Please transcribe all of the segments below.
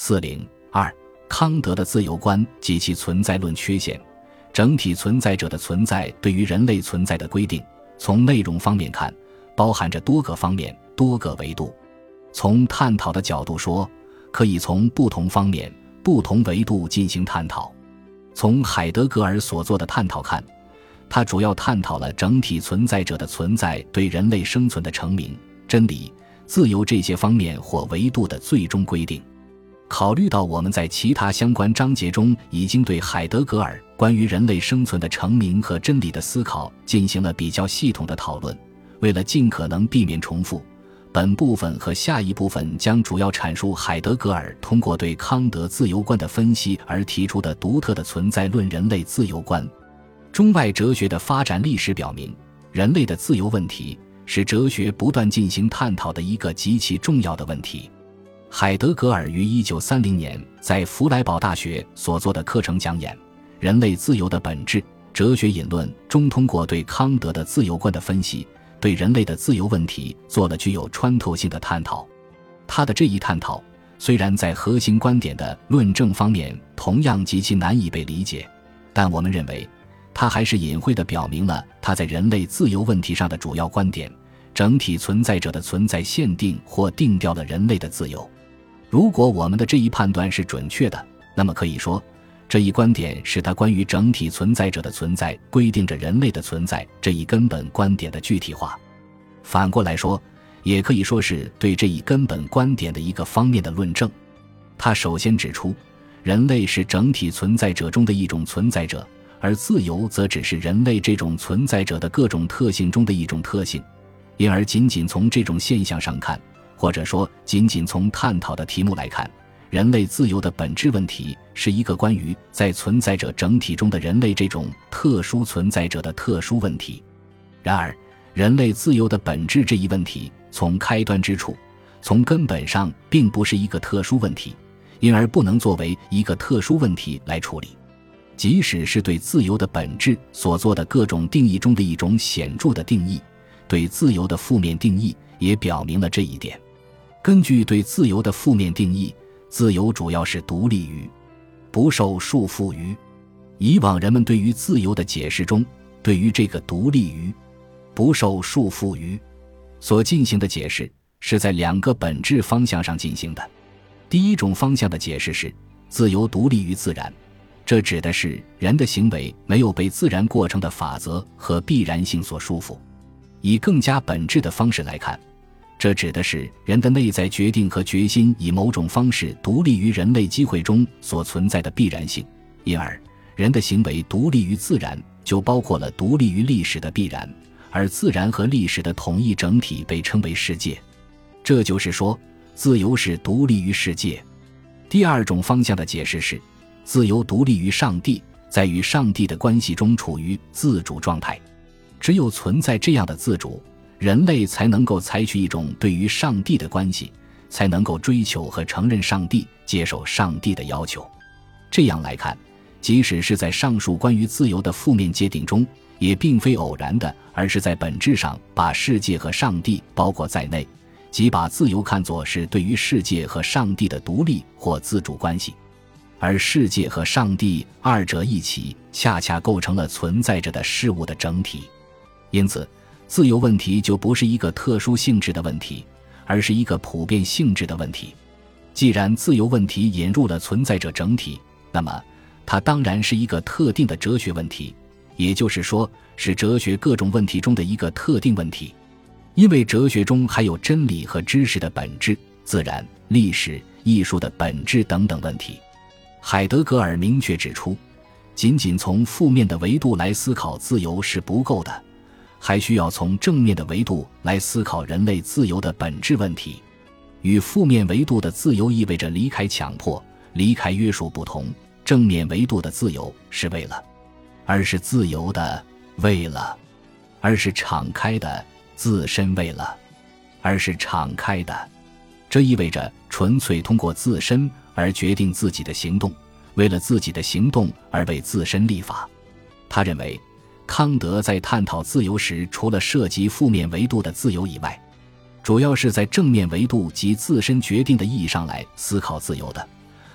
402康德的自由观及其存在论缺陷。整体存在者的存在对于人类存在的规定，从内容方面看，包含着多个方面、多个维度。从探讨的角度说，可以从不同方面、不同维度进行探讨。从海德格尔所做的探讨看，他主要探讨了整体存在者的存在对人类生存的成名、真理、自由这些方面或维度的最终规定。考虑到我们在其他相关章节中已经对海德格尔关于人类生存的成名和真理的思考进行了比较系统的讨论，为了尽可能避免重复，本部分和下一部分将主要阐述海德格尔通过对康德自由观的分析而提出的独特的存在论人类自由观。中外哲学的发展历史表明，人类的自由问题是哲学不断进行探讨的一个极其重要的问题。海德格尔于1930年在弗莱堡大学所做的课程讲演《人类自由的本质：哲学引论》中，通过对康德的自由观的分析，对人类的自由问题做了具有穿透性的探讨。他的这一探讨虽然在核心观点的论证方面同样极其难以被理解，但我们认为他还是隐晦地表明了他在人类自由问题上的主要观点：整体存在者的存在限定或定调了人类的自由。如果我们的这一判断是准确的，那么可以说，这一观点是他关于整体存在者的存在规定着人类的存在这一根本观点的具体化。反过来说，也可以说是对这一根本观点的一个方面的论证。他首先指出，人类是整体存在者中的一种存在者，而自由则只是人类这种存在者的各种特性中的一种特性。因而仅仅从这种现象上看，或者说仅仅从探讨的题目来看，人类自由的本质问题是一个关于在存在者整体中的人类这种特殊存在者的特殊问题。然而，人类自由的本质这一问题从开端之处，从根本上并不是一个特殊问题，因而不能作为一个特殊问题来处理。即使是对自由的本质所做的各种定义中的一种显著的定义，对自由的负面定义也表明了这一点。根据对自由的负面定义，自由主要是独立于、不受束缚于。以往人们对于自由的解释中，对于这个独立于、不受束缚于所进行的解释，是在两个本质方向上进行的。第一种方向的解释是自由独立于自然，这指的是人的行为没有被自然过程的法则和必然性所束缚。以更加本质的方式来看，这指的是人的内在决定和决心以某种方式独立于人类机会中所存在的必然性，因而人的行为独立于自然，就包括了独立于历史的必然，而自然和历史的统一整体被称为世界。这就是说，自由是独立于世界。第二种方向的解释是，自由独立于上帝，在与上帝的关系中处于自主状态。只有存在这样的自主，人类才能够采取一种对于上帝的关系，才能够追求和承认上帝，接受上帝的要求。这样来看，即使是在上述关于自由的负面界定中，也并非偶然的，而是在本质上把世界和上帝包括在内，即把自由看作是对于世界和上帝的独立或自主关系。而世界和上帝二者一起，恰恰构成了存在着的事物的整体。因此，自由问题就不是一个特殊性质的问题，而是一个普遍性质的问题。既然自由问题引入了存在者整体，那么它当然是一个特定的哲学问题，也就是说，是哲学各种问题中的一个特定问题。因为哲学中还有真理和知识的本质、自然、历史、艺术的本质等等问题。海德格尔明确指出，仅仅从负面的维度来思考自由是不够的，还需要从正面的维度来思考人类自由的本质问题。与负面维度的自由意味着离开强迫、离开约束不同，正面维度的自由是为了，而是自由的为了，而是敞开的自身为了，而是敞开的。这意味着纯粹通过自身而决定自己的行动，为了自己的行动而为自身立法。他认为，康德在探讨自由时，除了涉及负面维度的自由以外，主要是在正面维度及自身决定的意义上来思考自由的，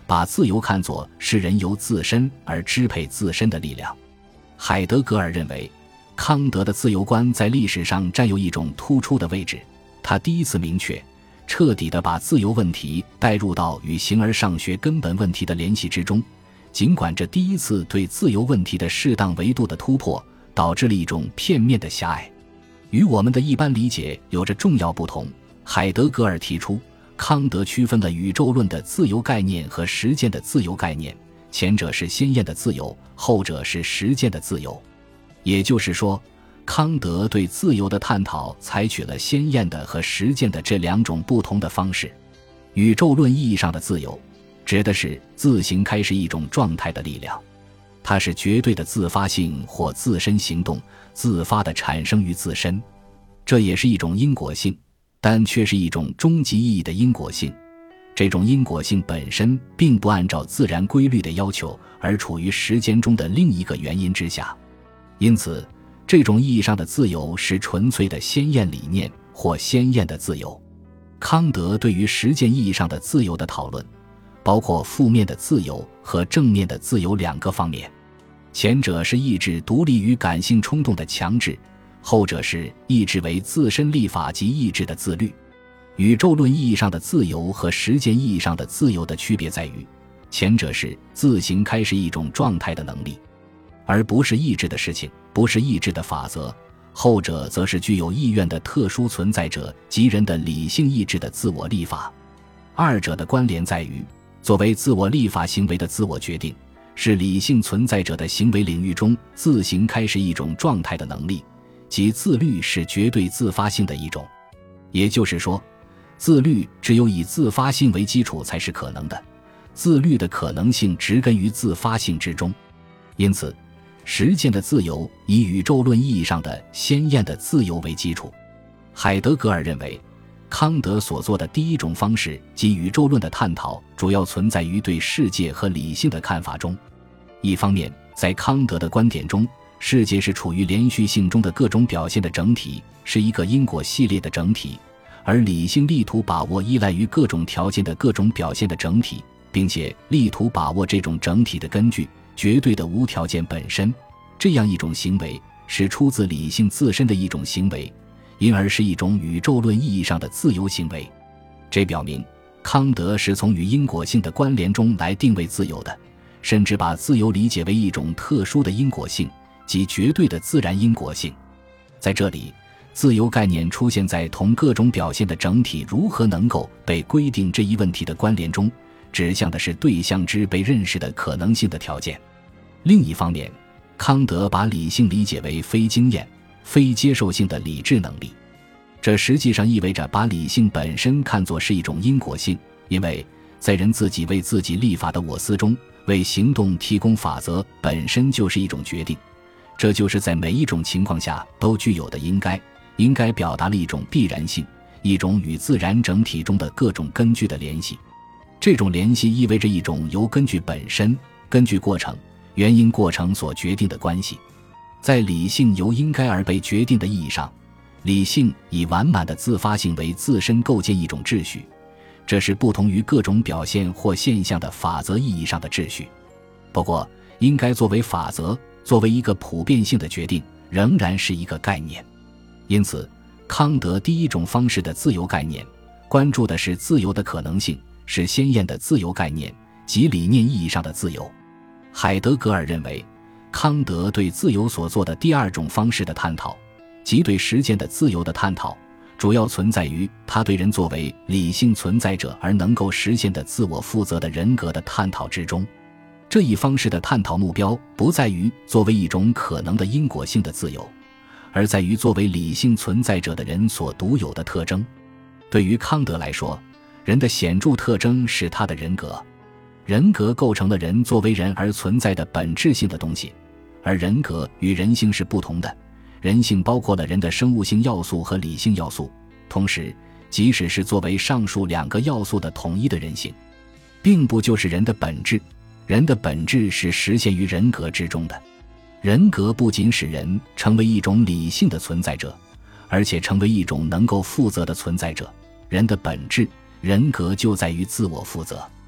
把自由看作是人由自身而支配自身的力量。海德格尔认为，康德的自由观在历史上占有一种突出的位置，他第一次明确彻底地把自由问题带入到与形而上学根本问题的联系之中，尽管这第一次对自由问题的适当维度的突破导致了一种片面的狭隘，与我们的一般理解有着重要不同。海德格尔提出，康德区分了宇宙论的自由概念和实践的自由概念，前者是鲜艳的自由，后者是实践的自由。也就是说，康德对自由的探讨采取了鲜艳的和实践的这两种不同的方式。宇宙论意义上的自由指的是自行开始一种状态的力量，它是绝对的自发性或自身行动，自发地产生于自身，这也是一种因果性，但却是一种终极意义的因果性。这种因果性本身并不按照自然规律的要求而处于时间中的另一个原因之下，因此这种意义上的自由是纯粹的鲜艳理念或鲜艳的自由。康德对于实践意义上的自由的讨论包括负面的自由和正面的自由两个方面，前者是意志独立于感性冲动的强制，后者是意志为自身立法及意志的自律。宇宙论意义上的自由和实践意义上的自由的区别在于，前者是自行开始一种状态的能力，而不是意志的事情，不是意志的法则；后者则是具有意愿的特殊存在者及人的理性意志的自我立法。二者的关联在于，作为自我立法行为的自我决定，是理性存在者的行为领域中自行开始一种状态的能力，即自律是绝对自发性的一种。也就是说，自律只有以自发性为基础才是可能的，自律的可能性植根于自发性之中。因此，实践的自由以宇宙论意义上的鲜艳的自由为基础。海德格尔认为，康德所做的第一种方式即宇宙论的探讨主要存在于对世界和理性的看法中。一方面，在康德的观点中，世界是处于连续性中的各种表现的整体，是一个因果系列的整体，而理性力图把握依赖于各种条件的各种表现的整体，并且力图把握这种整体的根据，绝对的无条件本身。这样一种行为是出自理性自身的一种行为，因而是一种宇宙论意义上的自由行为。这表明康德是从与因果性的关联中来定位自由的，甚至把自由理解为一种特殊的因果性，即绝对的自然因果性。在这里，自由概念出现在同各种表现的整体如何能够被规定这一问题的关联中，指向的是对象之被认识的可能性的条件。另一方面，康德把理性理解为非经验、非接受性的理智能力，这实际上意味着把理性本身看作是一种因果性，因为在人自己为自己立法的我思中，为行动提供法则本身就是一种决定，这就是在每一种情况下都具有的应该表达了一种必然性，一种与自然整体中的各种根据的联系。这种联系意味着一种由根据本身、根据过程、原因过程所决定的关系。在理性由应该而被决定的意义上，理性以完满的自发性为自身构建一种秩序，这是不同于各种表现或现象的法则意义上的秩序。不过，应该作为法则，作为一个普遍性的决定，仍然是一个概念。因此，康德第一种方式的自由概念关注的是自由的可能性，是鲜艳的自由概念，即理念意义上的自由。海德格尔认为，康德对自由所做的第二种方式的探讨，即对实践的自由的探讨，主要存在于他对人作为理性存在者而能够实现的自我负责的人格的探讨之中。这一方式的探讨目标不在于作为一种可能的因果性的自由，而在于作为理性存在者的人所独有的特征。对于康德来说，人的显著特征是他的人格，人格构成了人作为人而存在的本质性的东西，而人格与人性是不同的，人性包括了人的生物性要素和理性要素，同时即使是作为上述两个要素的统一的人性，并不就是人的本质，人的本质是实现于人格之中的。人格不仅使人成为一种理性的存在者，而且成为一种能够负责的存在者。人的本质，人格就在于自我负责。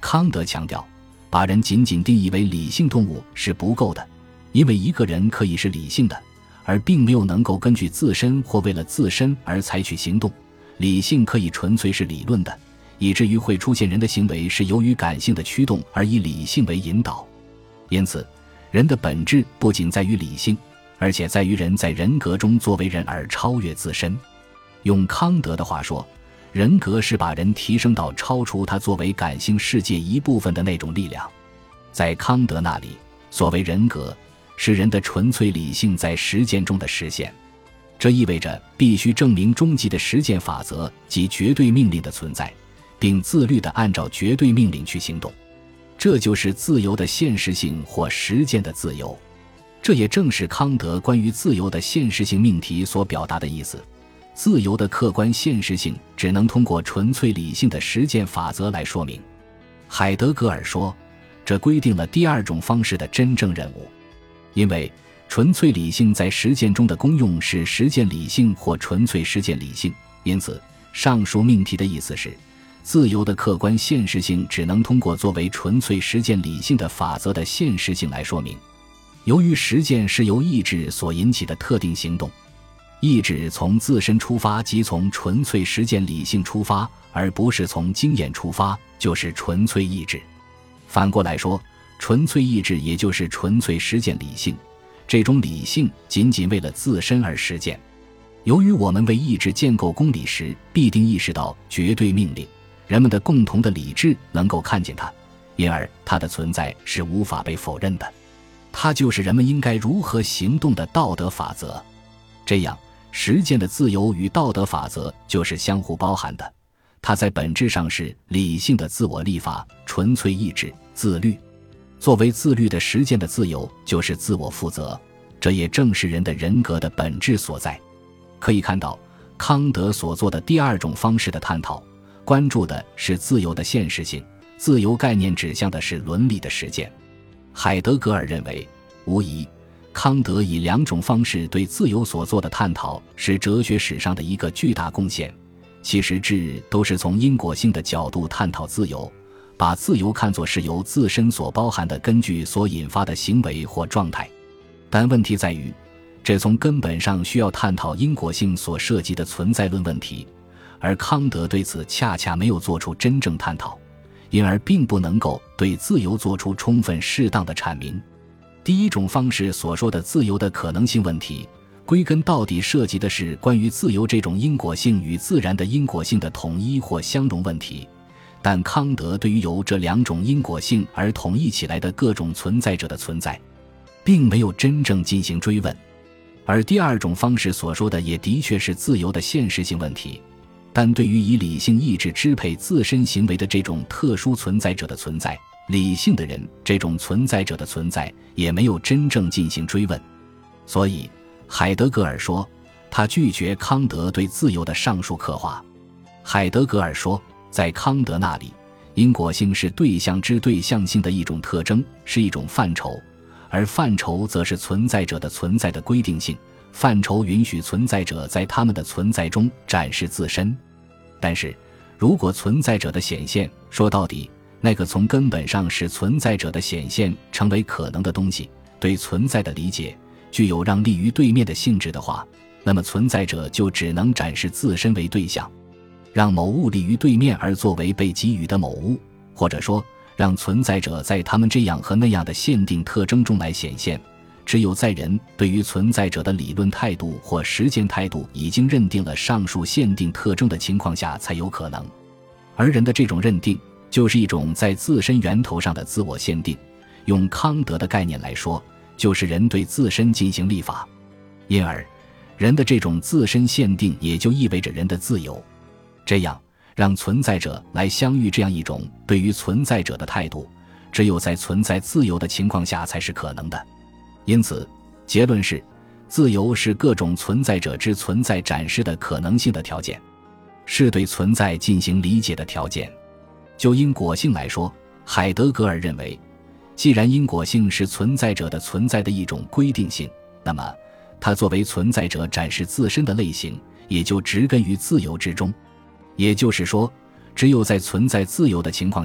康德强调，把人仅仅定义为理性动物是不够的，因为一个人可以是理性的，而并没有能够根据自身或为了自身而采取行动。理性可以纯粹是理论的，以至于会出现人的行为是由于感性的驱动而以理性为引导。因此，人的本质不仅在于理性，而且在于人在人格中作为人而超越自身。用康德的话说，人格是把人提升到超出他作为感性世界一部分的那种力量。在康德那里，所谓人格是人的纯粹理性在实践中的实现。这意味着必须证明终极的实践法则及绝对命令的存在，并自律地按照绝对命令去行动。这就是自由的现实性或实践的自由。这也正是康德关于自由的现实性命题所表达的意思。自由的客观现实性只能通过纯粹理性的实践法则来说明。海德格尔说，这规定了第二种方式的真正任务。因为纯粹理性在实践中的功用是实践理性或纯粹实践理性，因此上述命题的意思是，自由的客观现实性只能通过作为纯粹实践理性的法则的现实性来说明。由于实践是由意志所引起的特定行动，意志从自身出发即从纯粹实践理性出发，而不是从经验出发，就是纯粹意志。反过来说，纯粹意志也就是纯粹实践理性，这种理性仅仅为了自身而实践。由于我们为意志建构公理时必定意识到绝对命令，人们的共同的理智能够看见它，因而它的存在是无法被否认的。它就是人们应该如何行动的道德法则。这样，实践的自由与道德法则就是相互包含的，它在本质上是理性的自我立法、纯粹意志、自律。作为自律的实践的自由就是自我负责，这也正是人的人格的本质所在。可以看到，康德所做的第二种方式的探讨，关注的是自由的现实性，自由概念指向的是伦理的实践。海德格尔认为，无疑康德以两种方式对自由所做的探讨是哲学史上的一个巨大贡献，其实质都是从因果性的角度探讨自由，把自由看作是由自身所包含的根据所引发的行为或状态。但问题在于，这从根本上需要探讨因果性所涉及的存在论问题，而康德对此恰恰没有做出真正探讨，因而并不能够对自由做出充分适当的阐明。第一种方式所说的自由的可能性问题，归根到底涉及的是关于自由这种因果性与自然的因果性的统一或相容问题，但康德对于由这两种因果性而统一起来的各种存在者的存在，并没有真正进行追问。而第二种方式所说的也的确是自由的现实性问题，但对于以理性意志支配自身行为的这种特殊存在者的存在，理性的人这种存在者的存在也没有真正进行追问。所以海德格尔说，他拒绝康德对自由的上述刻画。海德格尔说，在康德那里，因果性是对象之对象性的一种特征，是一种范畴，而范畴则是存在者的存在的规定性，范畴允许存在者在他们的存在中展示自身。但是如果存在者的显现，说到底那个从根本上使存在者的显现成为可能的东西，对存在的理解具有让利于对面的性质的话，那么存在者就只能展示自身为对象，让某物利于对面而作为被给予的某物，或者说让存在者在他们这样和那样的限定特征中来显现，只有在人对于存在者的理论态度或实践态度已经认定了上述限定特征的情况下才有可能。而人的这种认定就是一种在自身源头上的自我限定，用康德的概念来说，就是人对自身进行立法。因而人的这种自身限定也就意味着人的自由。这样让存在者来相遇这样一种对于存在者的态度，只有在存在自由的情况下才是可能的。因此结论是，自由是各种存在者之存在展示的可能性的条件，是对存在进行理解的条件。就因果性来说，海德格尔认为，既然因果性是存在者的存在的一种规定性，那么它作为存在者展示自身的类型也就植根于自由之中。也就是说，只有在存在自由的情况下，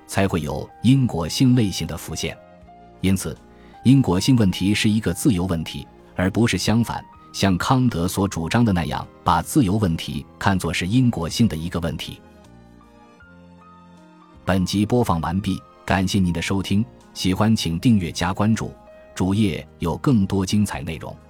才会有因果性类型的浮现。因此，因果性问题是一个自由问题，而不是相反，像康德所主张的那样，把自由问题看作是因果性的一个问题。本集播放完毕，感谢您的收听，喜欢请订阅加关注，主页有更多精彩内容。